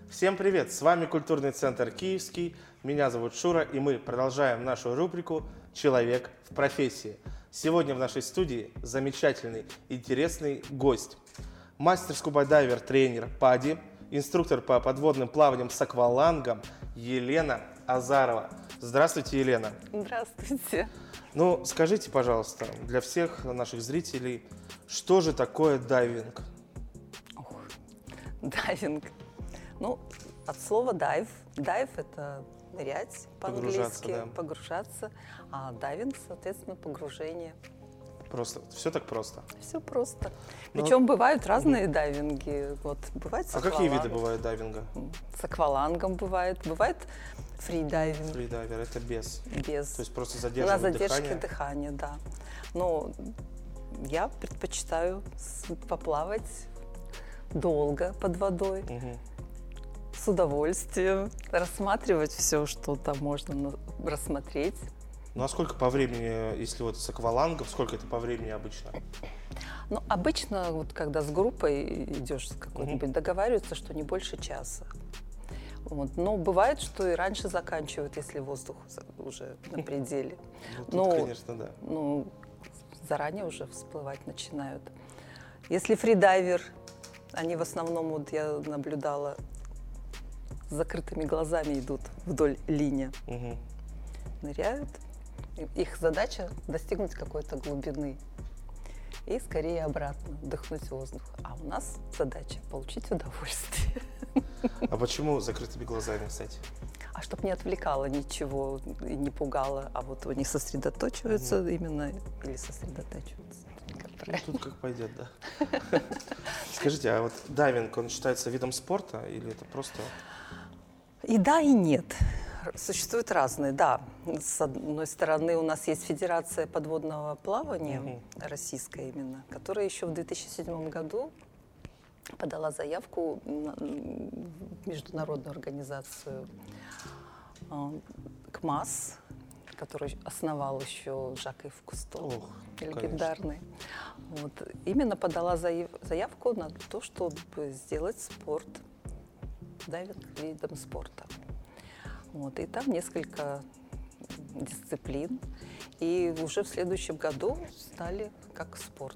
Всем привет! С вами Культурный центр Киевский. Меня зовут Шура, и мы продолжаем нашу рубрику «Человек в профессии». Сегодня в нашей студии замечательный, интересный гость. Мастер скуба-дайвер, тренер ПАДИ, инструктор по подводным плаваниям с аквалангом Елена Азарова. Здравствуйте, Елена. Здравствуйте. Ну, скажите, пожалуйста, для всех наших зрителей, что же такое дайвинг? Дайвинг. Ну, от слова дайв. Дайв – это нырять по-английски, погружаться. А дайвинг, соответственно, погружение. Просто, все так просто? Все просто. Причем бывают разные дайвинги. Вот, бывает с какие виды бывают дайвинга? С аквалангом бывает. Бывает фридайвинг. Фридайвер – это без? Без. То есть просто задерживать дыхание? На задержке дыхания, да. Но я предпочитаю поплавать долго под водой. С удовольствием рассматривать все, что там можно рассмотреть. Ну а сколько по времени, если вот с аквалангом, сколько это по времени обычно? Ну, обычно, вот когда с группой идешь с какой-нибудь, договариваются, что не больше часа. Вот. Но бывает, что и раньше заканчивают, если воздух уже на пределе. Ну, конечно, да. Ну, заранее уже всплывать начинают. Если фридайвер, они в основном, вот я наблюдала, с закрытыми глазами идут вдоль линии, ныряют. Их задача достигнуть какой-то глубины и скорее обратно вдохнуть воздух. А у нас задача получить удовольствие. А почему с закрытыми глазами, кстати? А чтобы не отвлекало ничего и не пугало, а вот они сосредоточиваются именно или сосредотачиваются. Тут как пойдет, да. Скажите, а вот дайвинг, он считается видом спорта или это просто... И да, и нет. Существуют разные, да. С одной стороны, у нас есть Федерация подводного плавания, российская именно, которая еще в 2007 году подала заявку в международную организацию КМАС, которую основал еще Жак-Ив Кусто, легендарный. Вот. Именно подала заявку на то, чтобы сделать спорт, дайвинг видом спорта. Вот. И там несколько дисциплин. И уже в следующем году стали как спорт.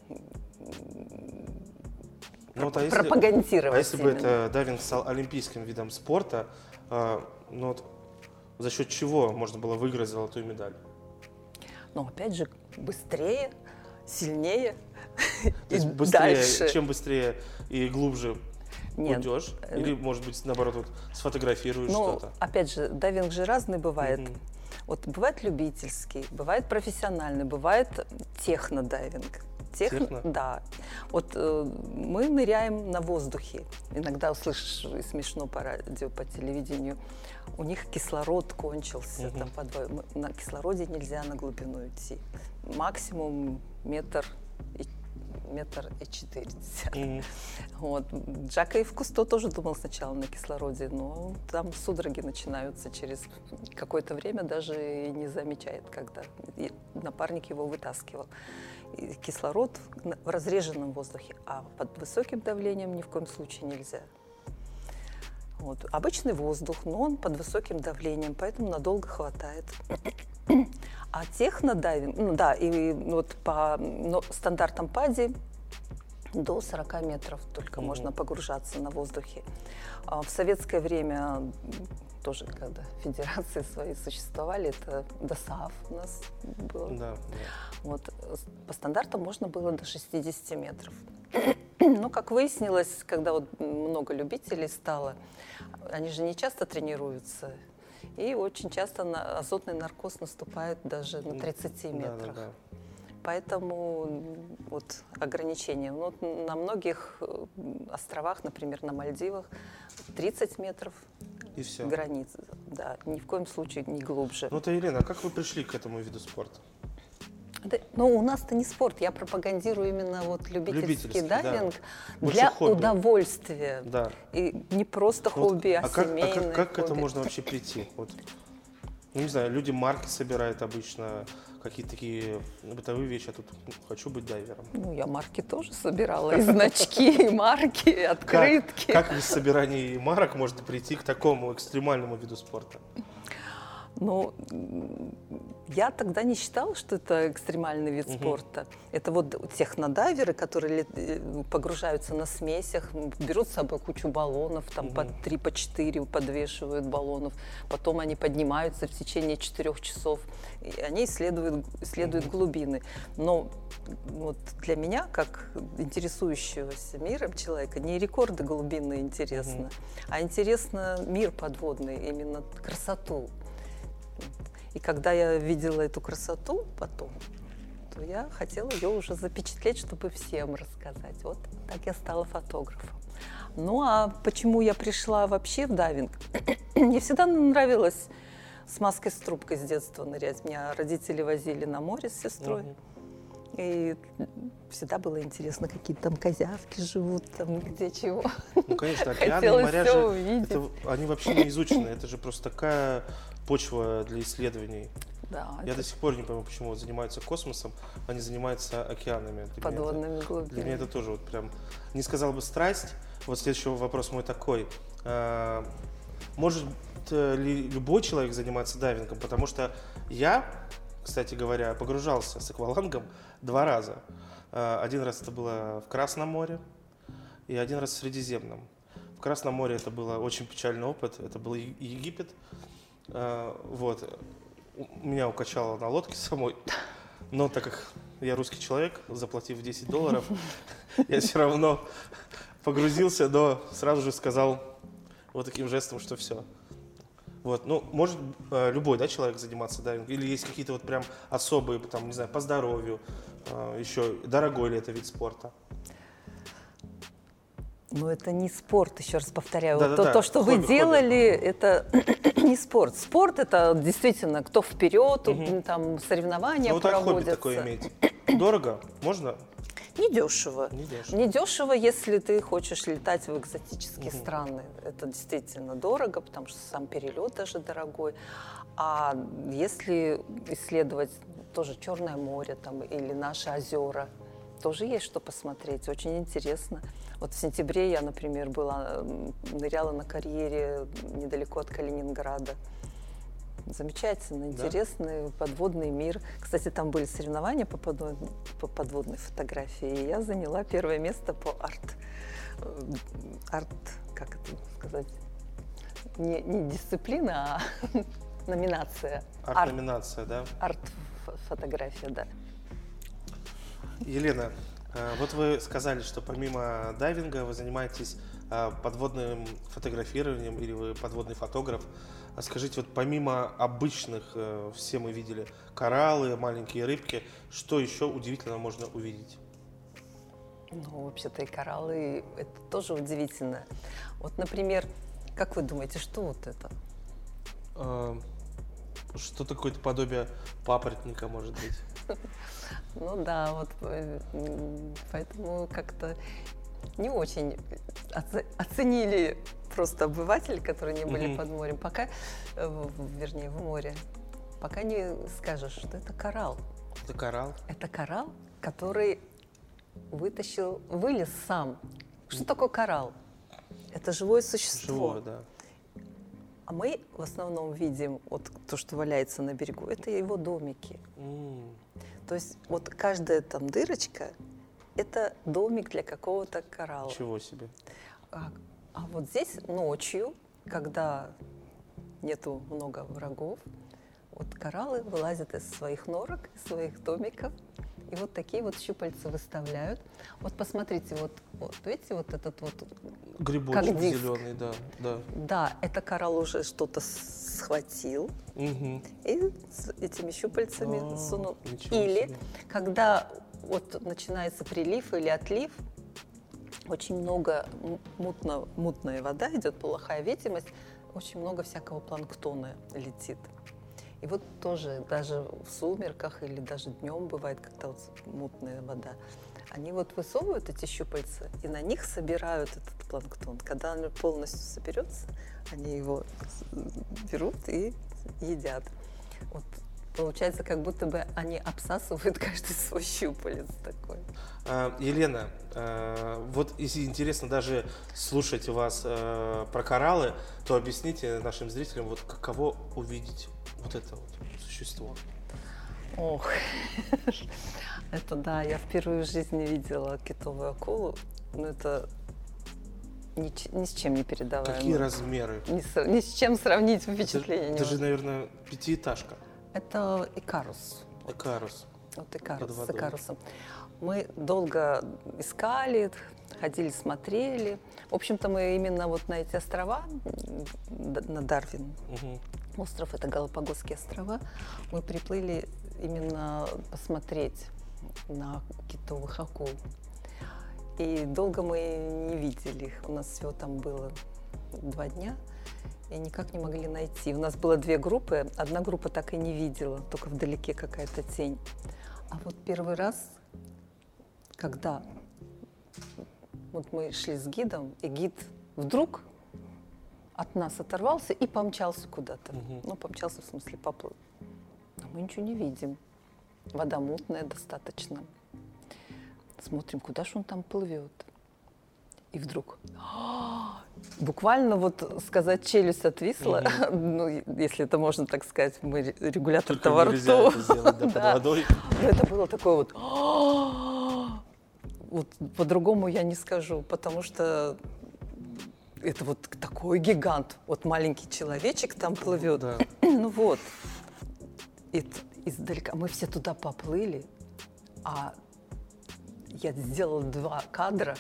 Пропагандировать. А если бы это дайвинг стал олимпийским видом спорта, ну вот за счет чего можно было выиграть золотую медаль? Ну, опять же, быстрее, сильнее То есть быстрее, дальше. Чем быстрее и глубже уйдешь? Или, может быть, наоборот, вот, сфотографируешь что-то? Опять же, дайвинг же разный бывает. Вот бывает любительский, бывает профессиональный, бывает технодайвинг. Техно? Да. Вот мы ныряем на воздухе. Иногда услышишь, и смешно по радио, по телевидению, у них кислород кончился. Там на кислороде нельзя на глубину идти. Максимум метр и 40. Вот. Жак-Ив Кусто тоже думал сначала на кислороде, но там судороги начинаются через какое-то время, даже и не замечает, когда напарник его вытаскивал. И кислород в разреженном воздухе, а под высоким давлением ни в коем случае нельзя. Вот. Обычный воздух, но он под высоким давлением, поэтому надолго хватает. А технодайвинг, и вот по стандартам ПАДИ до 40 метров только можно погружаться на воздухе. В советское время, тоже когда федерации свои существовали, это ДОСААФ у нас было. Да. Вот, по стандартам можно было до 60 метров. Но, как выяснилось, когда вот много любителей стало, они же не часто тренируются. И очень часто азотный наркоз наступает даже на 30 метрах. Да. Поэтому вот ограничения. Вот на многих островах, например, на Мальдивах, 30 метров и все. Границы. Да, ни в коем случае не глубже. Ну, то, Елена, а как вы пришли к этому виду спорта? Да, ну, у нас-то не спорт, я пропагандирую именно вот любительский дайвинг для хобби. Удовольствия. Да. И не просто хобби, а семейное как к хобби. этому можно вообще прийти? Вот, ну, не знаю, люди марки собирают обычно, какие-то такие бытовые вещи, а тут хочу быть дайвером. Ну, я марки тоже собирала, и значки, и марки, и открытки. Как из собирания марок можно прийти к такому экстремальному виду спорта? Ну, я тогда не считала, что это экстремальный вид спорта. Это вот технодайверы, которые погружаются на смесях, берут с собой кучу баллонов, там по 3, по 4 подвешивают баллонов, потом они поднимаются в течение 4 часов, и они исследуют глубины. Но вот для меня, как интересующегося миром человека, не рекорды глубины интересны, а интересно мир подводный, именно красоту. И когда я видела эту красоту потом, то я хотела ее уже запечатлеть, чтобы всем рассказать. Вот так я стала фотографом. Ну а почему я пришла вообще в дайвинг? Мне всегда нравилось с маской с трубкой с детства нырять. Меня родители возили на море с сестрой. И всегда было интересно, какие там козявки живут, там где чего. Ну, конечно, океаны и моря же, они вообще не изучены. Это же просто такая почва для исследований. Да, я до сих пор не пойму, почему занимаются космосом, а не занимаются океанами. Подводными глубинами. Для меня это тоже вот прям, не сказал бы страсть. Вот следующий вопрос мой такой. Может ли любой человек заниматься дайвингом? Потому что я, кстати говоря, погружался с аквалангом 2 раза. Один раз это было в Красном море и один раз в Средиземном. В Красном море это был очень печальный опыт. Это был Египет. Вот. Меня укачало на лодке самой. Но так как я русский человек, заплатив $10, я все равно погрузился, но сразу же сказал вот таким жестом, что все. Вот, ну, может любой, да, человек заниматься дайвингом? Или есть какие-то вот прям особые, там, не знаю, по здоровью, еще дорогой ли это вид спорта? Ну, это не спорт, еще раз повторяю. Да, вот да, то, что вы делали, это не спорт. Спорт – это действительно кто вперед, там соревнования проводятся. Ну, вот хобби такое иметь. Дорого? Можно? Недешево. Недешево, если ты хочешь летать в экзотические страны. Это действительно дорого, потому что сам перелет даже дорогой. А если исследовать тоже Черное море там, или наши озера, тоже есть что посмотреть, очень интересно. Вот в сентябре я, например, ныряла на карьере недалеко от Калининграда. Замечательно, интересный подводный мир. Кстати, там были соревнования по подводной фотографии, и я заняла 1-е место по как это сказать, не дисциплина, а номинация. Арт-номинация, да? Арт-фотография, да. Елена, вот вы сказали, что помимо дайвинга вы занимаетесь подводным фотографированием, или вы подводный фотограф. Скажите, вот помимо обычных, все мы видели кораллы, маленькие рыбки, что еще удивительно можно увидеть? Ну, вообще-то и кораллы, это тоже удивительно. Вот, например, как вы думаете, что вот это? Что-то какое-то подобие папоротника, может быть. Ну да, вот поэтому как-то не очень оценили просто обыватели, которые не были под морем, вернее, в море, пока не скажешь, что это коралл. Это коралл? Это коралл, который вылез сам. Что такое коралл? Это живое существо. Живое, да. А мы в основном видим вот то, что валяется на берегу, это его домики. То есть вот каждая там дырочка – это домик для какого-то коралла. Ничего себе. А вот здесь ночью, когда нету много врагов, вот кораллы вылазят из своих норок, из своих домиков, и вот такие вот щупальца выставляют. Вот посмотрите, вот видите, вот этот вот грибочек зеленый, да. Да, это коралл уже что-то схватил и с этими щупальцами сунул. Или когда вот начинается прилив или отлив, очень много мутная вода идет, плохая видимость, очень много всякого планктона летит. И вот тоже даже в сумерках или даже днем бывает, когда вот мутная вода, они вот высовывают эти щупальца и на них собирают этот планктон. Когда он полностью соберется, они его берут и едят. Вот Получается, как будто бы они обсасывают каждый свой щупалец такой. Елена, вот если интересно даже слушать вас про кораллы, то объясните нашим зрителям, вот каково увидеть вот это вот существо. Ох, это да, я впервые в жизни видела китовую акулу, но это ни с чем не передаваемо. Какие размеры? Ни с чем сравнить впечатление. Это же, наверное, пятиэтажка. Это икарус. Икарус. Вот икарус с икарусом. Мы долго искали, ходили, смотрели. В общем-то, мы именно вот на эти острова, на Дарвин, остров, это Галапагосские острова, мы приплыли именно посмотреть на китовых акул. И долго мы не видели их. У нас всего там было 2 дня. И никак не могли найти. У нас было 2 группы. Одна группа так и не видела, только вдалеке какая-то тень. А вот первый раз, когда вот мы шли с гидом, и гид вдруг от нас оторвался и помчался куда-то. Ну, помчался, в смысле, поплыл. Но мы ничего не видим. Вода мутная достаточно. Смотрим, куда же он там плывет. И вдруг, буквально вот сказать, челюсть отвисла, ну, если это можно так сказать, мы регулятор-то во рту. Да. Это было такое вот, вот по-другому я не скажу, потому что это вот такой гигант, вот маленький человечек там плывет. Да. Ну вот, издалека мы все туда поплыли, а я сделала 2 кадра.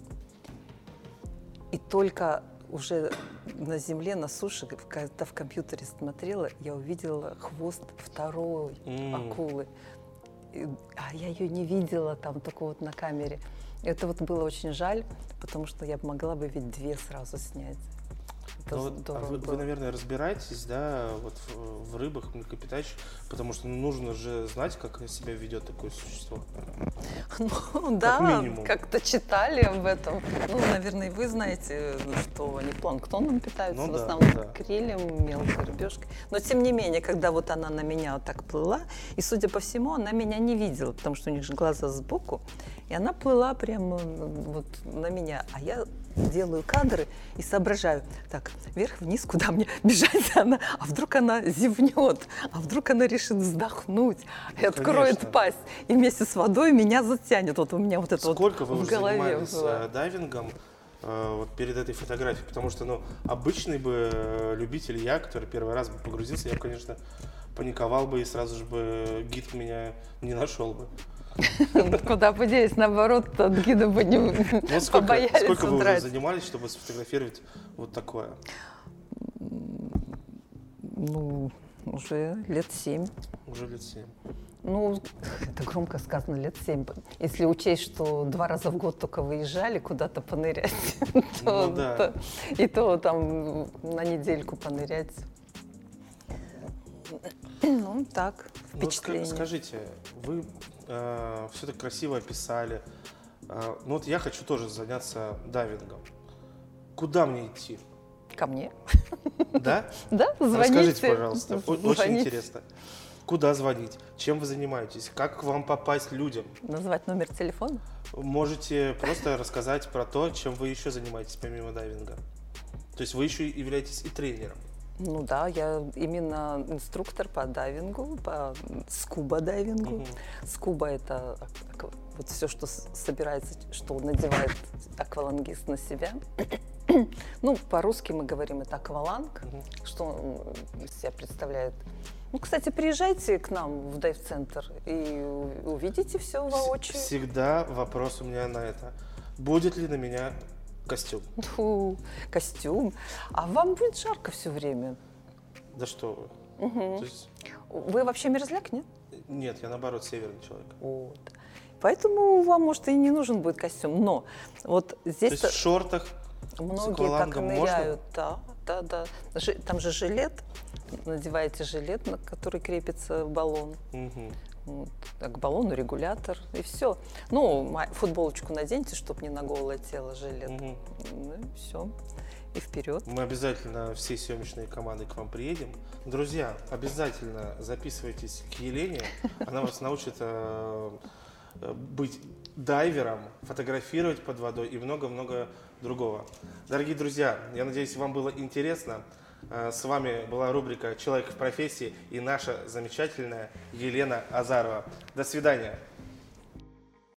И только уже на земле, на суше, когда в компьютере смотрела, я увидела хвост второй акулы. А я ее не видела там, только вот на камере. Это вот было очень жаль, потому что я могла бы ведь 2 сразу снять. Вы, наверное, разбираетесь, да, вот в рыбах, млекопитающих, потому что нужно же знать, как себя ведет такое существо. Ну да, как-то читали об этом. Ну, наверное, и вы знаете, что они планктоном питаются, в основном крилем, мелкой рыбешкой. Но тем не менее, когда вот она на меня вот так плыла, и, судя по всему, она меня не видела, потому что у них же глаза сбоку, и она плыла прямо вот на меня, а я делаю кадры и соображаю, так, вверх-вниз, куда мне бежать, а вдруг она зевнет, а вдруг она решит вздохнуть и откроет пасть, и вместе с водой меня затянет. Вот у меня вот это Сколько вот вы в голове уже было. занимались дайвингом вот перед этой фотографией? Потому что, ну, обычный бы любитель, я, который первый раз бы погрузился, я бы, конечно, паниковал бы и сразу же бы гид меня не нашел бы. Куда поделись, наоборот, от гида бы не побоялись удрать. Сколько вы уже занимались, чтобы сфотографировать вот такое? Ну, уже лет 7. Уже лет 7. Ну, это громко сказано, лет 7. Если учесть, что 2 раза в год только выезжали куда-то понырять, и то там на недельку понырять. Ну, так, впечатление. Ну, скажите, вы все так красиво описали. Ну вот я хочу тоже заняться дайвингом. Куда мне идти? Ко мне. Да? Да, звоните. Расскажите, пожалуйста, очень интересно. Куда звонить? Чем вы занимаетесь? Как к вам попасть людям? Назвать номер телефона? Можете просто рассказать про то, чем вы еще занимаетесь помимо дайвинга. То есть вы еще являетесь и тренером. Ну да, я именно инструктор по дайвингу, по скуба-дайвингу. Скуба – это вот все, что собирается, что надевает аквалангист на себя. Ну, по-русски мы говорим, это акваланг, что он из себя представляет. Ну, кстати, приезжайте к нам в дайв-центр и увидите все воочию. Всегда вопрос у меня на это. Будет ли на меня костюм? Костюм? А вам будет жарко все время. Да что вы. То есть... Вы вообще мерзляк, нет? Нет, я наоборот северный человек. Вот. Поэтому вам, может, и не нужен будет костюм. Но вот здесь... То есть в шортах многие так ныряют. Да. Там же жилет. Надеваете жилет, на который крепится баллон. Вот. А к баллону регулятор, и все. Ну, футболочку наденьте, чтобы не на голое тело жилет. Ну и все. и вперед. Мы обязательно всей съемочной командой к вам приедем. Друзья, обязательно записывайтесь к Елене. Она вас научит быть дайвером, фотографировать под водой и много-много другого. Дорогие друзья, я надеюсь, вам было интересно. С вами была рубрика «Человек в профессии» и наша замечательная Елена Азарова. До свидания.